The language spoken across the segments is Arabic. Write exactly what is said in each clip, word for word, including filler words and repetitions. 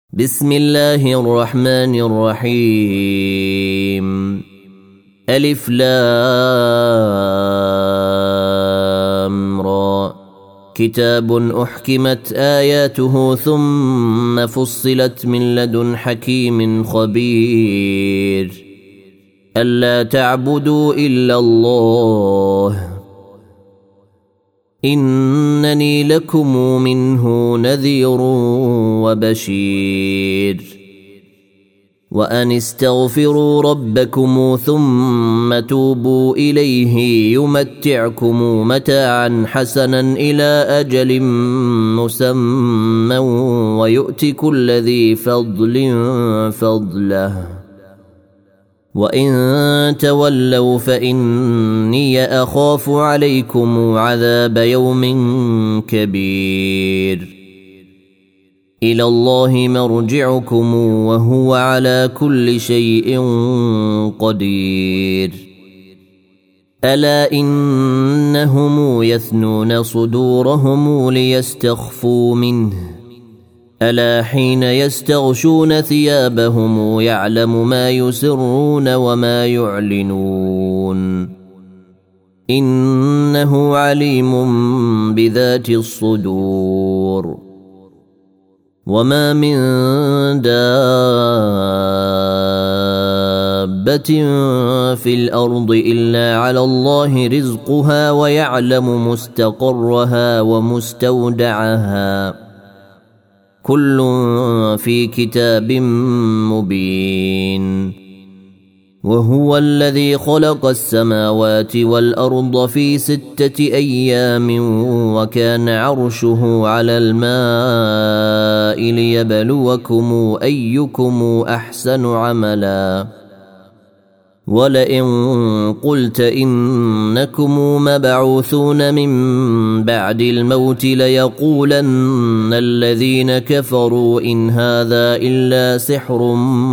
بسم الله الرحمن الرحيم ألف لام را كتاب أحكمت آياته ثم فصلت من لدن حكيم خبير ألا تعبدوا إلا الله إنني لكم منه نذير وبشير وأن استغفروا ربكم ثم توبوا إليه يمتعكم متاعا حسنا إلى أجل مسمى ويؤت كل ذي فضل فضله وإن تولوا فإني أخاف عليكم عذاب يوم كبير إلى الله مرجعكم وهو على كل شيء قدير ألا إنهم يثنون صدورهم ليستخفوا منه ألا حين يستغشون ثيابهم يعلم ما يسرون وما يعلنون إنه عليم بذات الصدور وما من دابة في الأرض إلا على الله رزقها ويعلم مستقرها ومستودعها كل في كتاب مبين وهو الذي خلق السماوات والأرض في ستة أيام وكان عرشه على الماء ليبلوكم أيكم أحسن عملا ولئن قلت إنكم مبعوثون من بعد الموت ليقولن الذين كفروا إن هذا إلا سحر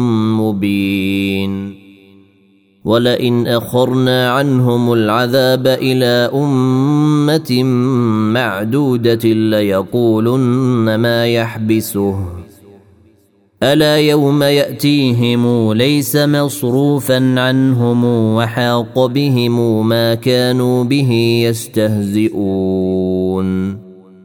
مبين ولئن أخرنا عنهم العذاب إلى أمة معدودة ليقولن ما يحبسه ألا يوم يأتيهم ليس مصروفا عنهم وحاق بهم ما كانوا به يستهزئون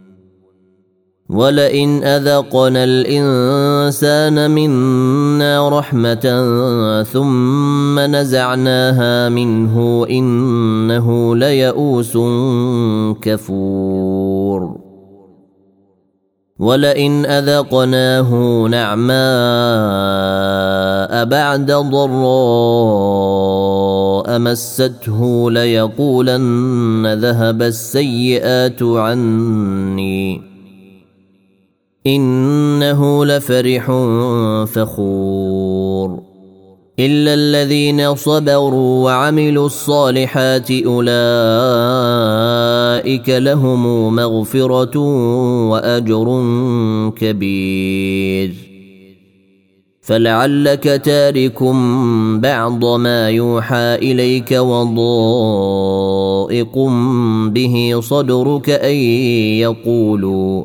ولئن أذقنا الإنسان منا رحمة ثم نزعناها منه إنه ليئوس كفور ولئن أذقناه نعماء بعد ضراء مسته ليقولن ذهب السيئات عني إنه لفرح فخور إلا الذين صبروا وعملوا الصالحات أولئك لهم مغفرة وأجر كبير فلعلك تارك بعض ما يوحى إليك وضائق به صدرك أن يقولوا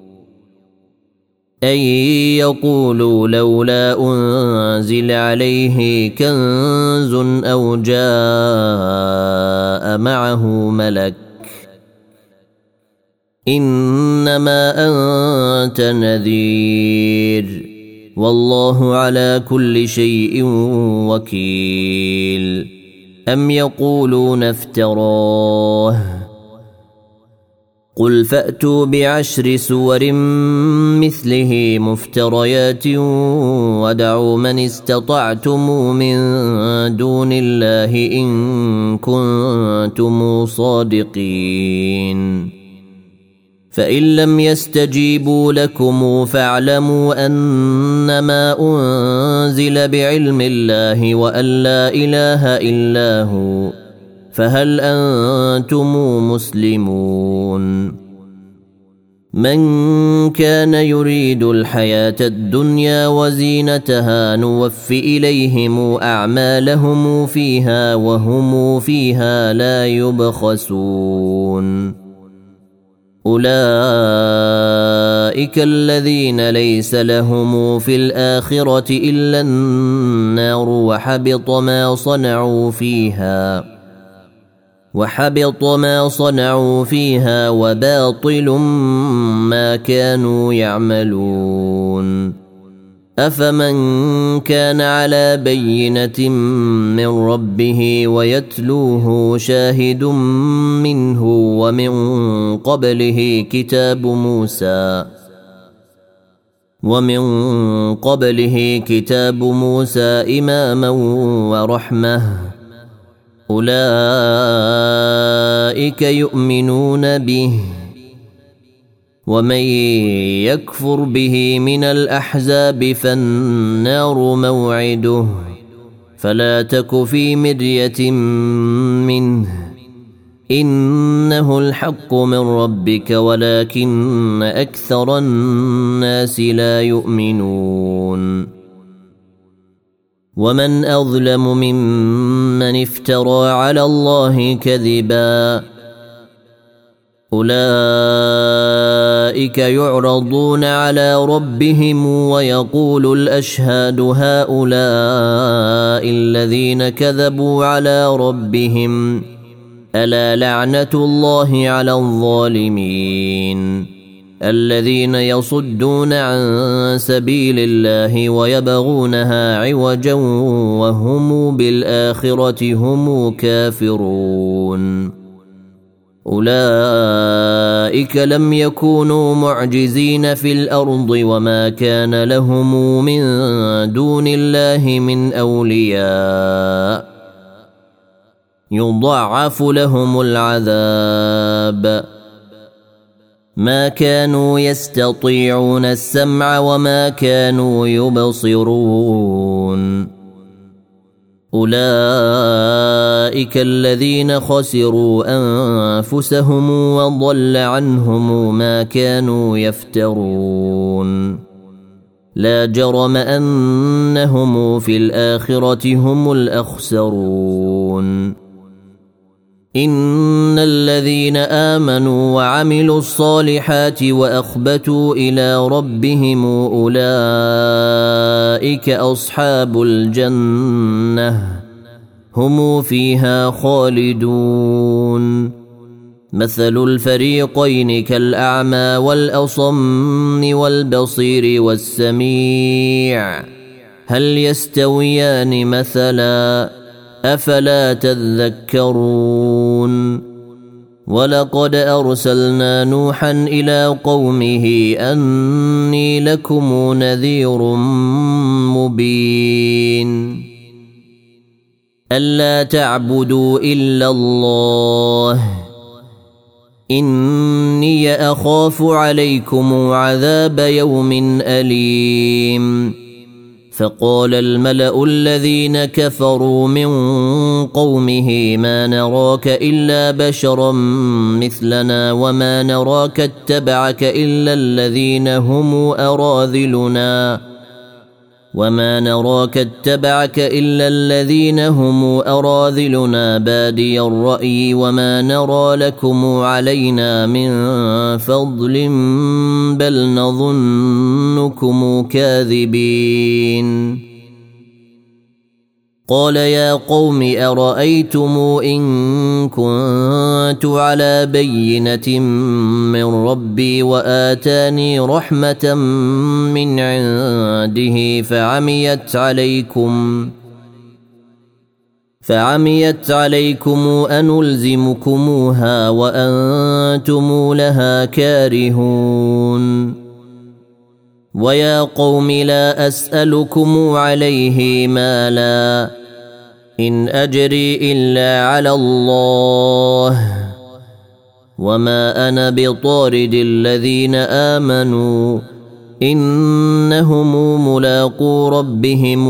أن يقولوا لولا أنزل عليه كنز أو جاء معه ملك إنما أنت نذير والله على كل شيء وكيل أم يقولون افتراه قل فأتوا بعشر سور مثله مفتريات ودعوا من استطعتم من دون الله إن كنتم صادقين فإن لم يستجيبوا لكم فاعلموا أنما أنزل بعلم الله وأن لا إله إلا هو فهل أنتم مسلمون من كان يريد الحياة الدنيا وزينتها نوف إليهم أعمالهم فيها وهم فيها لا يبخسون أولئك الذين ليس لهم في الآخرة إلا النار وحبط ما صنعوا فيها وحبط ما صنعوا فيها وباطل ما كانوا يعملون. أفمن كان على بينة من ربه ويتلوه شاهد منه ومن قبله كتاب موسى ومن قبله كتاب موسى إماما ورحمة أولئك يؤمنون به ومن يكفر به من الأحزاب فالنار موعده فلا تك في مرية منه إنه الحق من ربك ولكن أكثر الناس لا يؤمنون. ومن أظلم ممن افترى على الله كذبا أولئك يعرضون على ربهم ويقول الأشهاد هؤلاء الذين كذبوا على ربهم ألا لعنة الله على الظالمين الذين يصدون عن سبيل الله ويبغونها عوجا وهم بالآخرة هم كافرون. أولئك لم يكونوا معجزين في الأرض وما كان لهم من دون الله من أولياء يضاعف لهم العذاب ما كانوا يستطيعون السمع وما كانوا يبصرون. أولئك الذين خسروا أنفسهم وضل عنهم ما كانوا يفترون. لا جرم أنهم في الآخرة هم الأخسرون. إن الذين آمنوا وعملوا الصالحات وأخبتوا إلى ربهم أولئك أصحاب الجنة هم فيها خالدون. مثل الفريقين كالأعمى والأصم والبصير والسميع هل يستويان مثلا أفلا تذكرون. ولقد أرسلنا نوحا إلى قومه أني لكم نذير مبين ألا تعبدوا إلا الله إني أخاف عليكم عذاب يوم أليم. فقال الملأ الذين كفروا من قومه ما نراك إلا بشرا مثلنا وما نراك اتبعك إلا الذين هم أراذلنا وما نراك اتبعك إلا الذين هم أراذلنا بادي الرأي وما نرى لكم علينا من فضل بل نظنكم كاذبين. قال يا قوم أرأيتم إن كنت على بينة من ربي وآتاني رحمة من عنده فعميت عليكم فعميت عليكم أنلزمكموها وأنتم لها كارهون. ويا قوم لا أسألكم عليه مالا إن أجري إلا على الله وما أنا بطارد الذين آمنوا إنهم ملاقو ربهم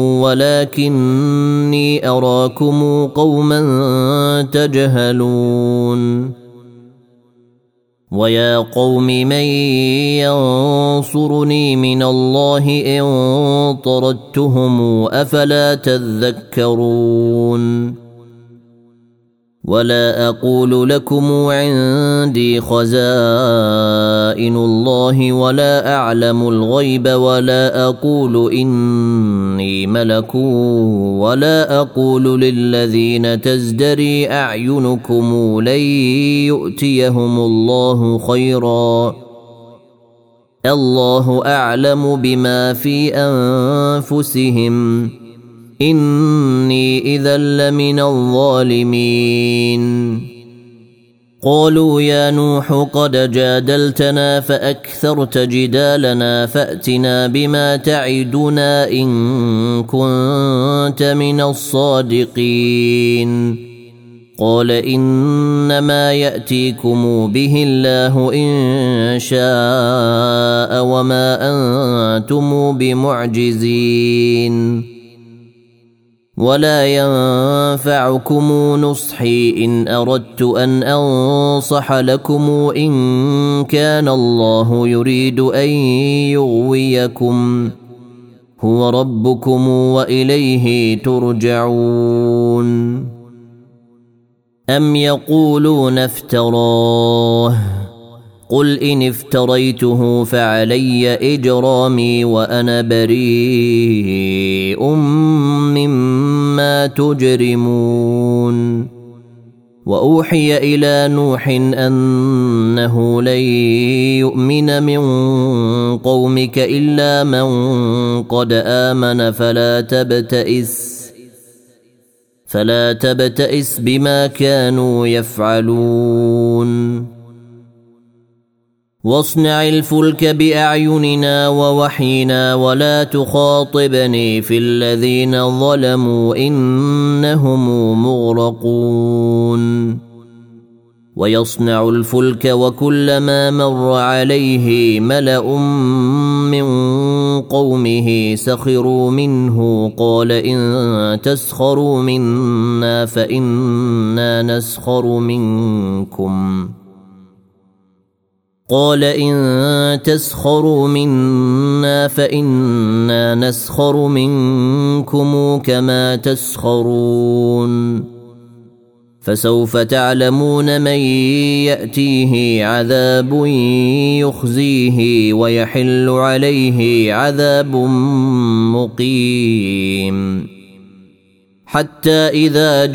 ولكني أراكم قوما تجهلون. ويا قوم من ينصرني من الله إن طردتهم أفلا تذكرون. ولا أقول لكم عندي خزائن الله ولا أعلم الغيب ولا أقول إني ملك ولا أقول للذين تزدري أعينكم لن يؤتيهم الله خيرا الله أعلم بما في أنفسهم إني إذا لمن الظالمين. قالوا يا نوح قد جادلتنا فأكثرت جدالنا فأتنا بما تعدنا إن كنت من الصادقين. قال إنما يأتيكم به الله إن شاء وما أنتم بمعجزين ولا ينفعكم نصحي إن أردت أن أنصح لكم إن كان الله يريد أن يغويكم هو ربكم وإليه ترجعون. أم يقولون افتراه قل إن افتريته فعلي إجرامي وأنا بريء مما تجرمون. وأوحي إلى نوح أنه لن يؤمن من قومك إلا من قد آمن فلا تبتئس فلا تبتئس بما كانوا يفعلون. واصنع الفلك بأعيننا ووحينا ولا تخاطبني في الذين ظلموا إنهم مغرقون. ويصنع الفلك وكلما مر عليه ملأ من قومه سخروا منه قال إن تسخروا منا فإنا نسخر منكم قال إن تسخروا منا فإنا نسخر منكم كما تسخرون. فسوف تعلمون من يأتيه عذاب يخزيه ويحل عليه عذاب مقيم. حتى إذا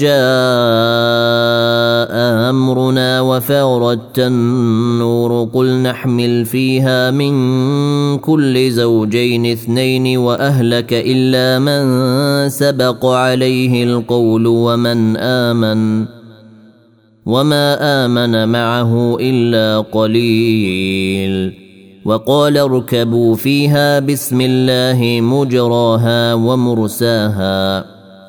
جاء أمرنا وفارت النور قل نحمل فيها من كل زوجين اثنين وأهلك إلا من سبق عليه القول ومن آمن وما آمن معه إلا قليل. وقال اركبوا فيها بسم الله مجراها ومرساها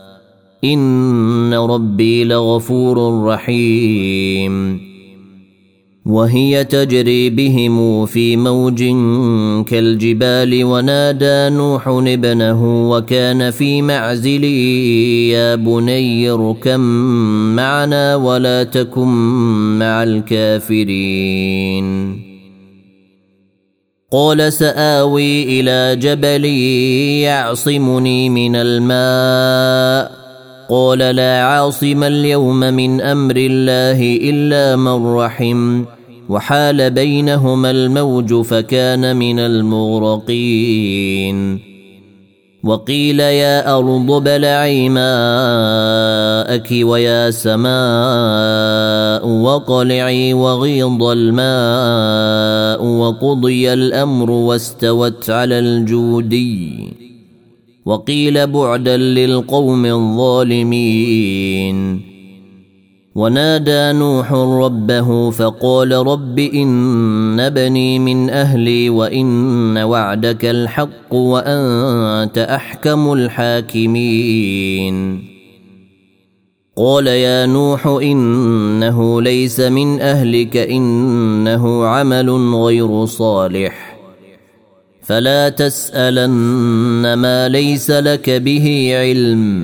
إن ربي لغفور رحيم. وهي تجري بهم في موج كالجبال ونادى نوح ابنه وكان في معزل يا بني اركب معنا ولا تكن مع الكافرين. قال سآوي إلى جبل يعصمني من الماء قال لا عاصم اليوم من أمر الله إلا من رحم وحال بينهما الموج فكان من المغرقين. وقيل يا أرض ابلعي ماءك ويا سماء وقلعي وغيض الماء وقضي الأمر واستوت على الجودي وقيل بعدا للقوم الظالمين. ونادى نوح ربه فقال رب إن بني من أهلي وإن وعدك الحق وأنت أحكم الحاكمين. قال يا نوح إنه ليس من أهلك إنه عمل غير صالح فلا تسألن ما ليس لك به علم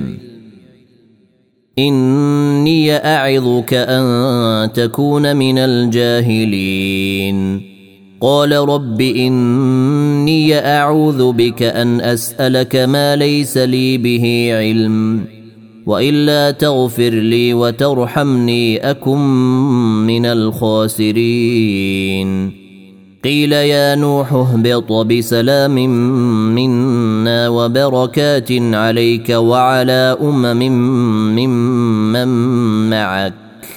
إني أعظك أن تكون من الجاهلين. قال رب إني أعوذ بك أن أسألك ما ليس لي به علم وإلا تغفر لي وترحمني أكن من الخاسرين. قيل يا نوح اهبط بسلام منا وبركات عليك وعلى أمم ممن معك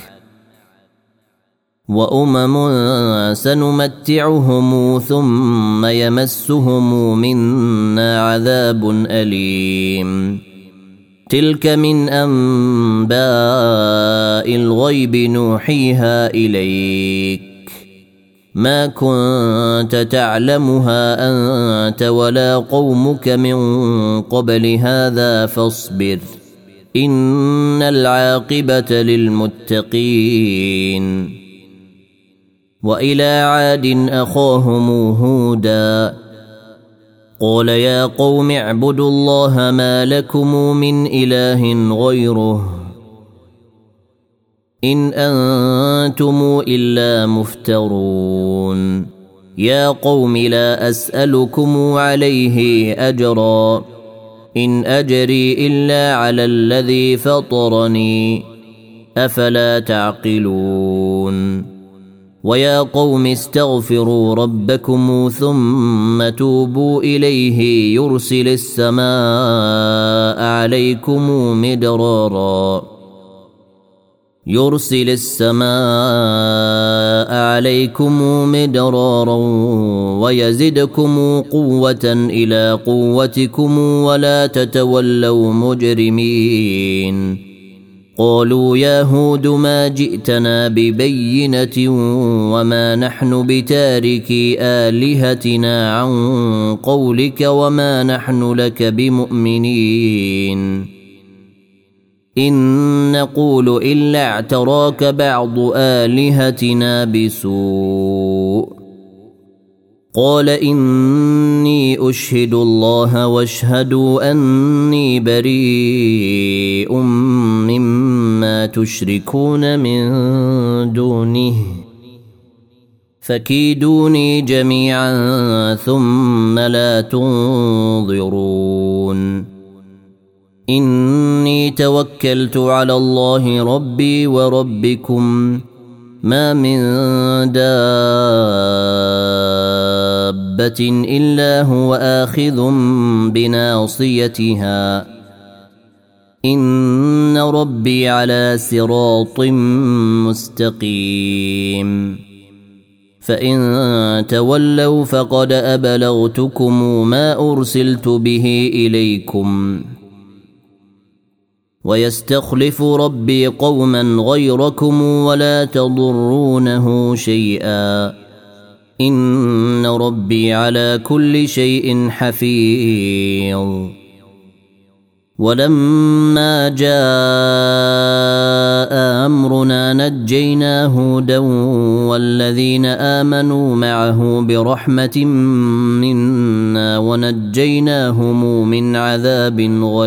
وأمم سنمتعهم ثم يمسهم منا عذاب أليم. تلك من أنباء الغيب نوحيها إليك ما كنت تعلمها أنت ولا قومك من قبل هذا فاصبر إن العاقبة للمتقين. وإلى عاد أخاهم هودا قال يا قوم اعبدوا الله ما لكم من إله غيره إن أنتم إلا مفترون. يا قوم لا أسألكم عليه أجرا إن أجري إلا على الذي فطرني أفلا تعقلون. ويا قوم استغفروا ربكم ثم توبوا إليه يرسل السماء عليكم مدرارا يرسل السماء عليكم مدرارا ويزدكم قوة إلى قوتكم ولا تتولوا مجرمين. قالوا يا هود ما جئتنا ببينة وما نحن بتاركي آلهتنا عن قولك وما نحن لك بمؤمنين إن نقول إلا اعتراك بعض آلهتنا بسوء. قال إني أشهد الله واشهدوا أني بريء مما تشركون من دونه فكيدوني جميعا ثم لا تنظرون. إني توكلت على الله ربي وربكم ما من دابة إلا هو آخذ بناصيتها إن ربي على صراط مستقيم. فإن تولوا فقد أبلغتكم ما أرسلت به إليكم ويستخلف ربي قوما غيركم ولا تضرونه شيئا إن ربي على كل شيء حفيظ. ولما جاء أمرنا نجينا هودا والذين آمنوا معه برحمة منا ونجيناهم من عذاب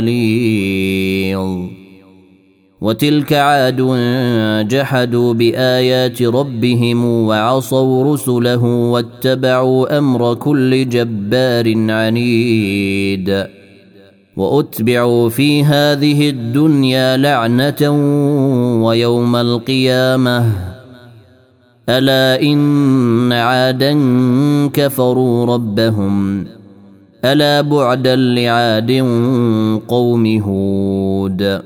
غليظ. وتلك عاد جحدوا بآيات ربهم وعصوا رسله واتبعوا أمر كل جبار عنيد. وأتبعوا في هذه الدنيا لعنة ويوم القيامة ألا إن عادا كفروا ربهم ألا بعدا لعاد قوم هود.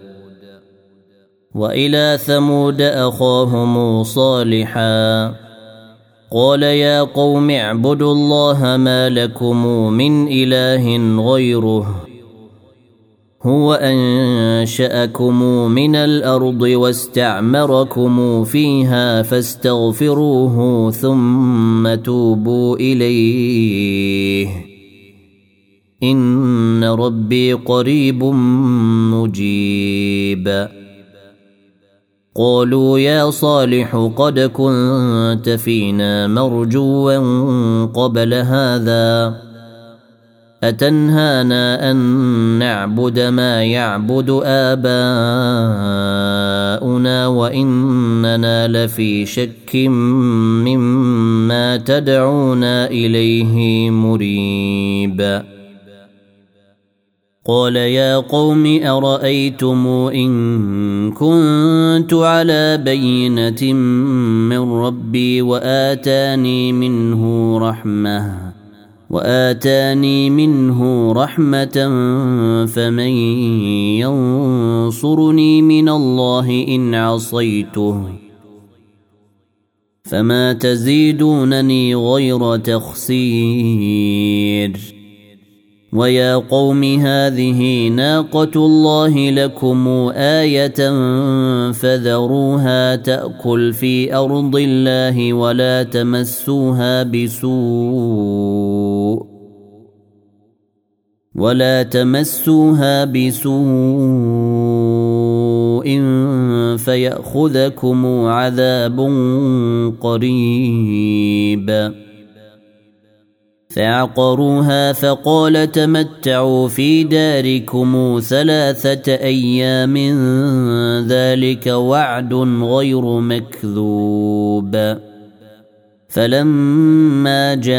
وإلى ثمود أخاهم صالحا قال يا قوم اعبدوا الله ما لكم من إله غيره هو أنشأكم من الأرض واستعمركم فيها فاستغفروه ثم توبوا إليه إن ربي قريب مجيب. قالوا يا صالح قد كنت فينا مرجوا قبل هذا أتنهانا أن نعبد ما يعبد آباؤنا وإننا لفي شك مما تدعونا إليه مريب. قال يا قوم أرأيتم إن كنت على بينة من ربي وآتاني منه رحمة وآتاني منه رحمة فمن ينصرني من الله إن عصيته فما تزيدونني غير تخسير ويا قوم هذه ناقة الله لكم آية فذروها تأكل في أرض الله ولا تمسوها بسوء ولا تمسوها بسوء فيأخذكم عذاب قريب فعقروها فقال تمتعوا في داركم ثلاثة أيام ذلك وعد غير مكذوب فلما جاء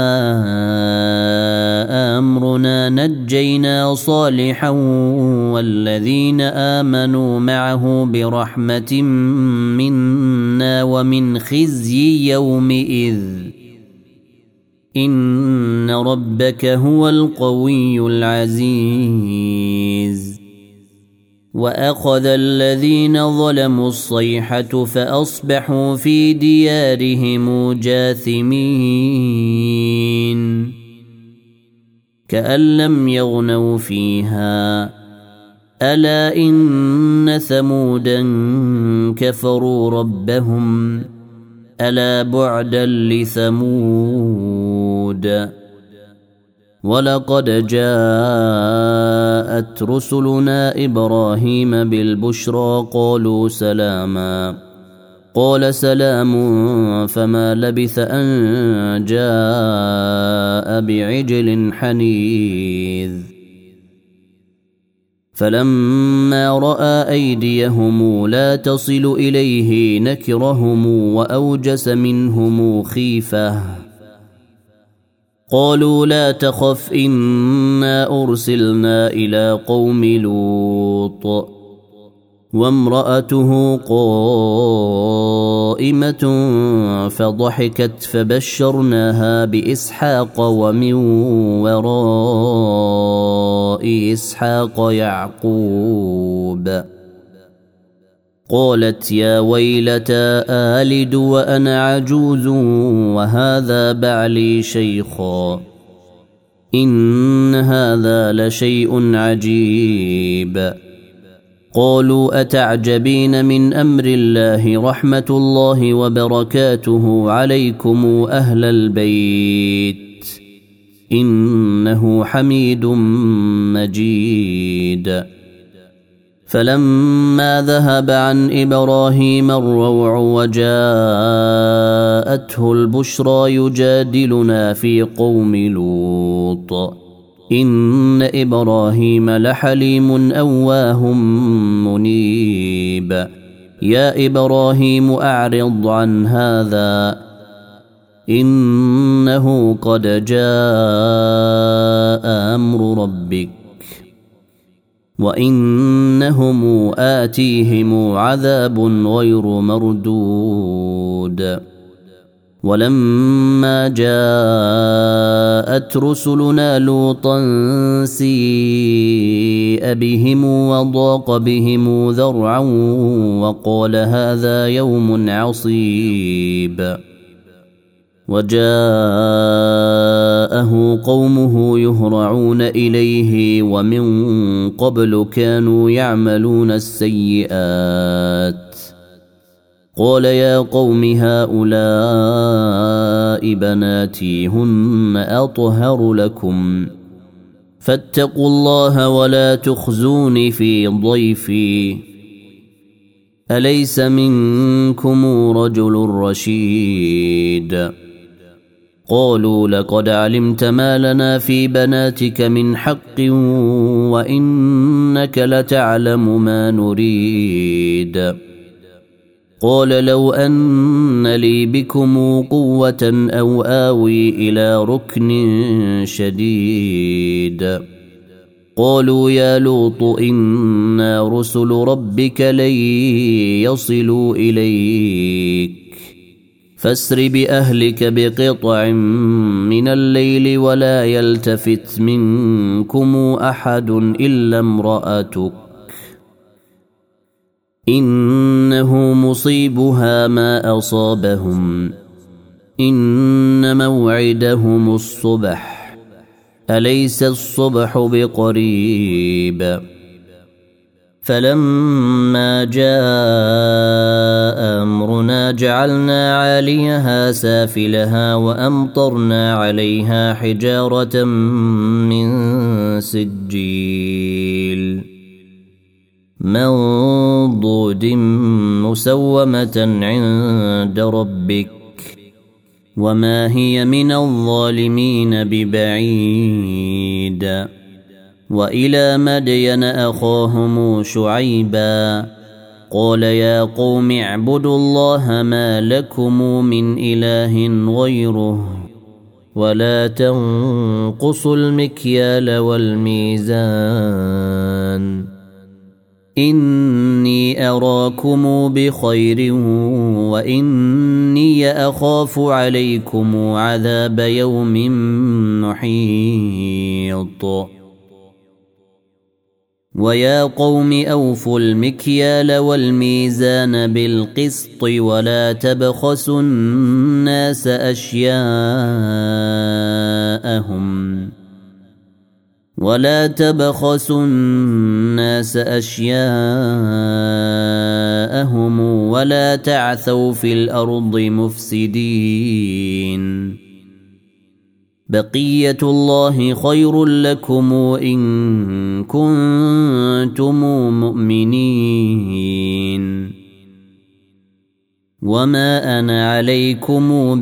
أمرنا نجينا صالحا والذين آمنوا معه برحمة منا ومن خزي يومئذ إن ربك هو القوي العزيز وأخذ الذين ظلموا الصيحة فأصبحوا في ديارهم جاثمين كأن لم يغنوا فيها ألا إن ثمودا كفروا ربهم ألا بعدا لثمود ولقد جاءت رسلنا إبراهيم بالبشرى قالوا سلاما قال سلام فما لبث أن جاء بعجل حنيذ فلما رأى أيديهم لا تصل إليه نكرهم وأوجس منهم خيفة قالوا لا تخف إنا أرسلنا إلى قوم لوط وامرأته قائمة فضحكت فبشرناها بإسحاق ومن وراء إسحاق يعقوب قالت يا ويلتى آلد وأنا عجوز وهذا بعلي شيخا إن هذا لشيء عجيب قالوا أتعجبين من أمر الله رحمة الله وبركاته عليكم أهل البيت إنه حميد مجيد فلما ذهب عن إبراهيم الروع وجاءته البشرى يجادلنا في قوم لوط إن إبراهيم لحليم أواه منيب يا إبراهيم أعرض عن هذا إنه قد جاء أمر ربك وإنهم آتيهم عذاب غير مردود ولما جاءت رسلنا لوطا سيء بهم وضاق بهم ذرعا وقال هذا يوم عصيب وجاءه قومه يهرعون إليه ومن قبل كانوا يعملون السيئات قال يا قوم هؤلاء بناتي هن أطهر لكم فاتقوا الله ولا تخزوني في ضيفي أليس منكم رجل رشيد قالوا لقد علمت ما لنا في بناتك من حق وإنك لتعلم ما نريد قال لو أن لي بكم قوة أو آوي إلى ركن شديد قالوا يا لوط إنا رسل ربك لن يصلوا إليك فاسر بأهلك بقطع من الليل ولا يلتفت منكم أحد إلا امرأتك إنه مصيبها ما أصابهم إن موعدهم الصبح أليس الصبح بقريب فلما جاء أمرنا جعلنا عاليها سافلها وأمطرنا عليها حجارة من سجيل منضود مسومة عند ربك وما هي من الظالمين ببعيد وإلى مدين أخاهم شعيبا قال يا قوم اعبدوا الله ما لكم من إله غيره ولا تنقصوا المكيال والميزان إني أراكم بخير وإني أخاف عليكم عذاب يوم محيط ويا قوم أوفوا المكيال والميزان بالقسط ولا تبخسوا الناس أشياءهم ولا تبخسوا الناس أشياءهم ولا تعثوا في الأرض مفسدين بقية الله خير لكم إن كنتم مؤمنين وما أنا عليكم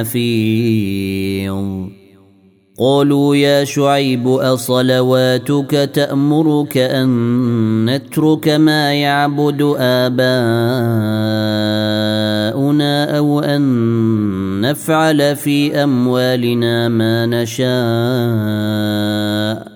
بحفيظ قالوا يا شعيب أصلواتك تأمرك أن نترك ما يعبد آباؤنا أو أن نفعل في أموالنا ما نشاء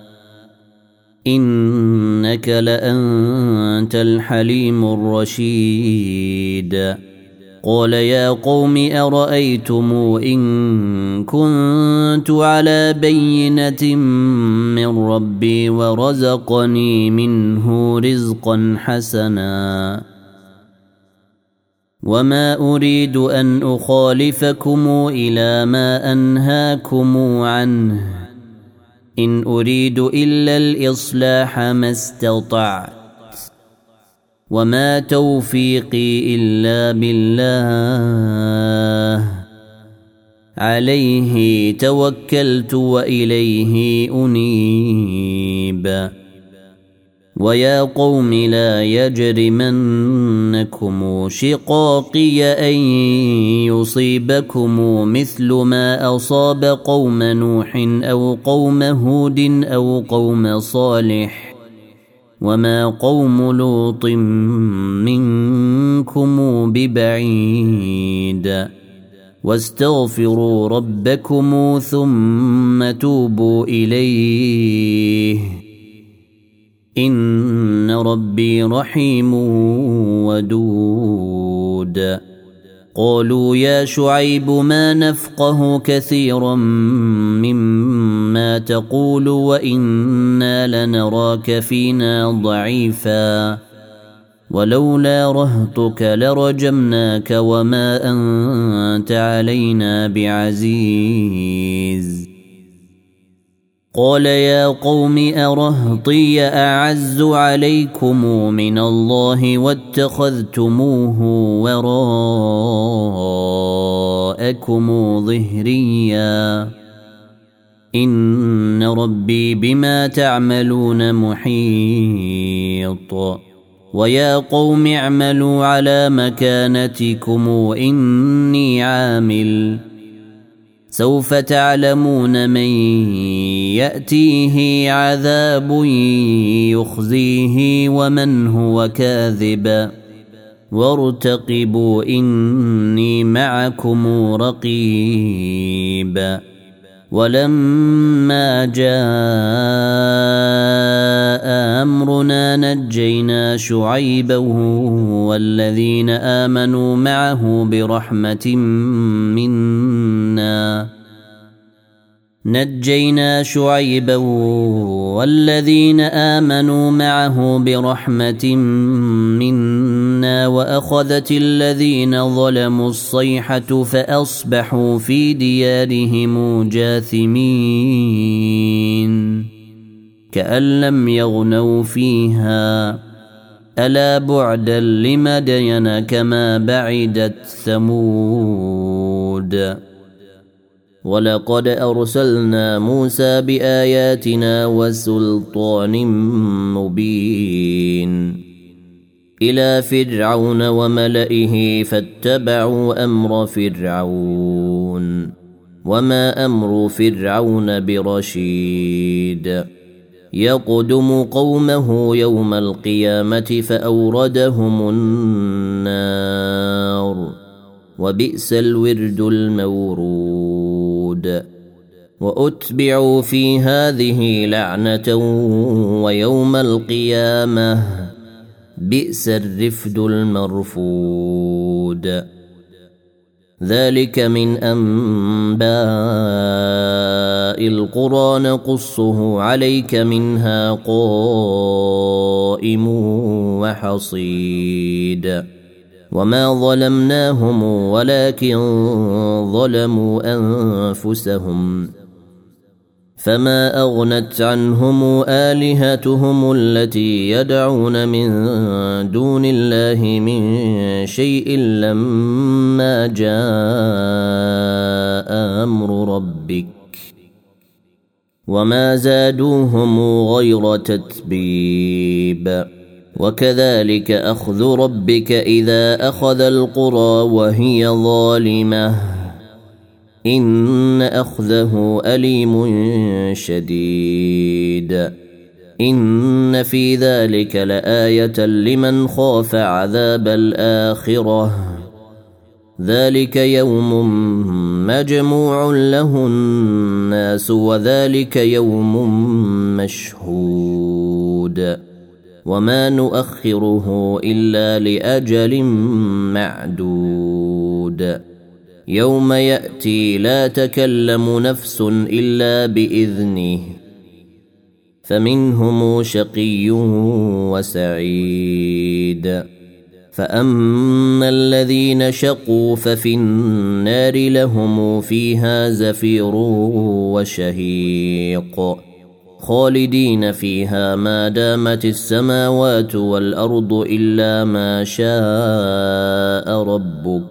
إنك لأنت الحليم الرشيد قال يا قوم أرأيتم إن كنت على بينة من ربي ورزقني منه رزقا حسنا وما أريد أن أخالفكم إلى ما أنهاكم عنه إن أريد إلا الإصلاح ما استطعت وما توفيقي إلا بالله عليه توكلت وإليه أنيب ويا قوم لا يجرمنكم شقاقي أن يصيبكم مثل ما أصاب قوم نوح أو قوم هود أو قوم صالح وما قوم لوط منكم ببعيد واستغفروا ربكم ثم توبوا إليه إن ربي رحيم ودود قالوا يا شعيب ما نفقه كثيرا مما تقول وإنا لنراك فينا ضعيفا ولولا رهطك لرجمناك وما أنت علينا بعزيز قال يا قوم أرهطي أعز عليكم من الله واتخذتموه وراءكم ظهريا إن ربي بما تعملون محيط ويا قوم اعملوا على مكانتكم إني عامل سوف تعلمون من يأتيه عذاب يخزيه ومن هو كاذب وارتقبوا إني معكم رقيب ولما جاء ونجينا شعيبا والذين آمنوا معه برحمة منا نجينا شعيبا والذين آمنوا معه برحمة منا وأخذت الذين ظلموا الصيحة فأصبحوا في ديارهم جاثمين كأن لم يغنوا فيها ألا بعدا لمدين كما بعدت ثمود ولقد أرسلنا موسى بآياتنا وسلطان مبين إلى فرعون وملئه فاتبعوا أمر فرعون وما أمر فرعون برشيد يقدم قومه يوم القيامة فأوردهم النار وبئس الورد المورود وأتبعوا في هذه لعنة ويوم القيامة بئس الرفد المرفود ذلك من أنباء القرى نقصه عليك منها قائم وحصيد وما ظلمناهم ولكن ظلموا أنفسهم فما أغنت عنهم آلهتهم التي يدعون من دون الله من شيء لما جاء أمر ربك وما زادوهم غير تتبيب وكذلك أخذ ربك إذا أخذ القرى وهي ظالمة إن أخذه أليم شديد إن في ذلك لآية لمن خاف عذاب الآخرة ذلك يوم مجموع له الناس وذلك يوم مشهود وما نؤخره إلا لأجل معدود يوم يأتي لا تكلم نفس إلا بإذنه فمنهم شقي وسعيد فأما الذين شقوا ففي النار لهم فيها زفير وشهيق خالدين فيها ما دامت السماوات والأرض إلا ما شاء ربك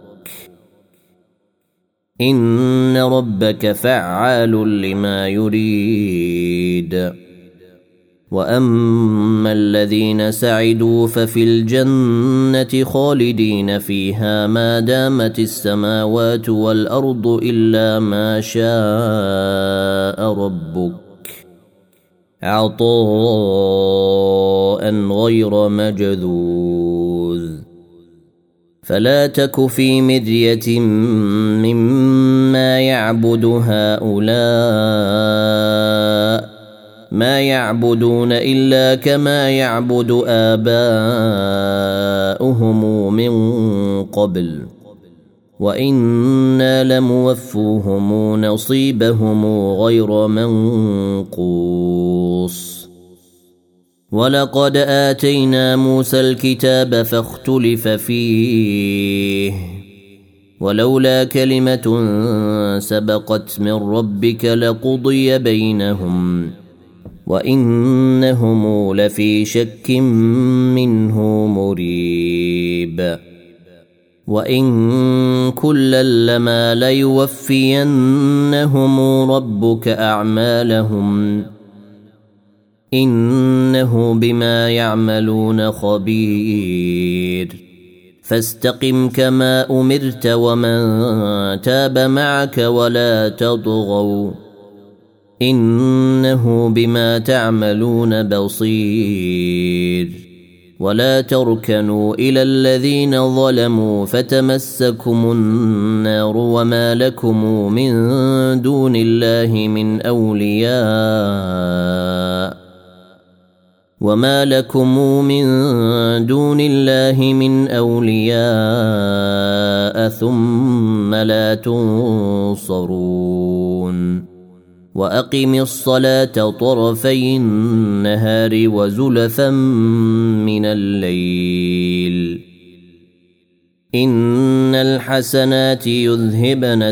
إن ربك فعال لما يريد وأما الذين سعدوا ففي الجنة خالدين فيها ما دامت السماوات والأرض إلا ما شاء ربك عطاء غير مجذوذ فلا تك في مرية مما يعبد هؤلاء ما يعبدون إلا كما يعبد آباؤهم من قبل وإنا لموفوهم نصيبهم غير منقوص ولقد آتينا موسى الكتاب فاختلف فيه ولولا كلمة سبقت من ربك لقضي بينهم وإنهم لفي شك منه مريب وإن كلا لما ليوفينهم ربك أعمالهم إنه بما يعملون خبير فاستقم كما أمرت ومن تاب معك ولا تطغوا إنه بما تعملون بصير ولا تركنوا إلى الذين ظلموا فتمسكم النار وما لكم من دون الله من أولياء وما لكم من دون الله من أولياء ثم لا تنصرون وأقم الصلاة طرفي النهار وزلفا من الليل إن الحسنات يذهبن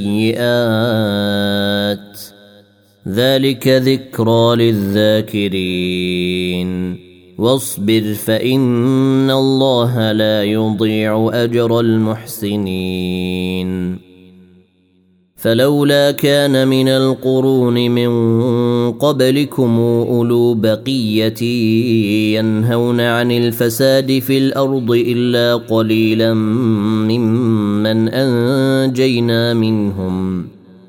السيئات ذلك ذكرى للذاكرين واصبر فإن الله لا يضيع أجر المحسنين فلولا كان من القرون من قبلكم أولو بقية ينهون عن الفساد في الأرض إلا قليلا ممن أنجينا منهم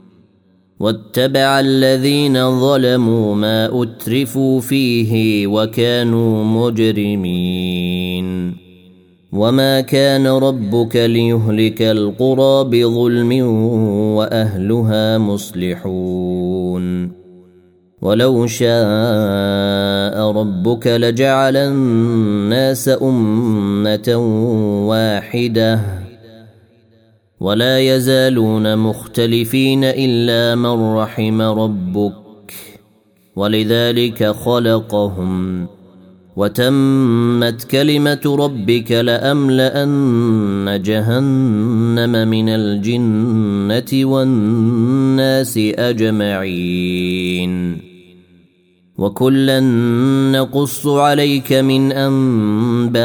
واتبع الذين ظلموا ما أترفوا فيه وكانوا مجرمين وما كان ربك ليهلك القرى بظلم وأهلها مصلحون ولو شاء ربك لجعل الناس أمة واحدة ولا يزالون مختلفين إلا من رحم ربك ولذلك خلقهم وتمت كلمة ربك لأملأن جهنم من الجنة والناس أجمعين وكلا نقص عليك من أنباء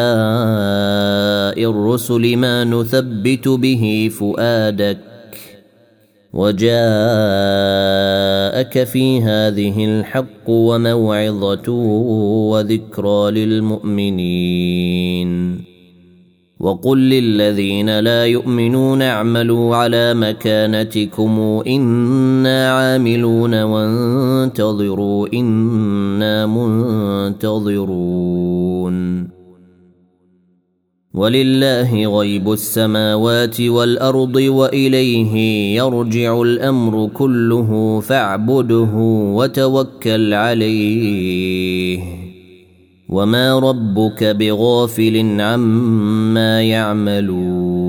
الرسل ما نثبت به فؤادك وجاءك في هذه الحق وموعظة وذكرى للمؤمنين وقل للذين لا يؤمنون اعملوا على مكانتكم إنا عاملون وانتظروا إنا منتظرون ولله غيب السماوات والأرض وإليه يرجع الأمر كله فاعبده وتوكل عليه وما ربك بغافل عما يعملون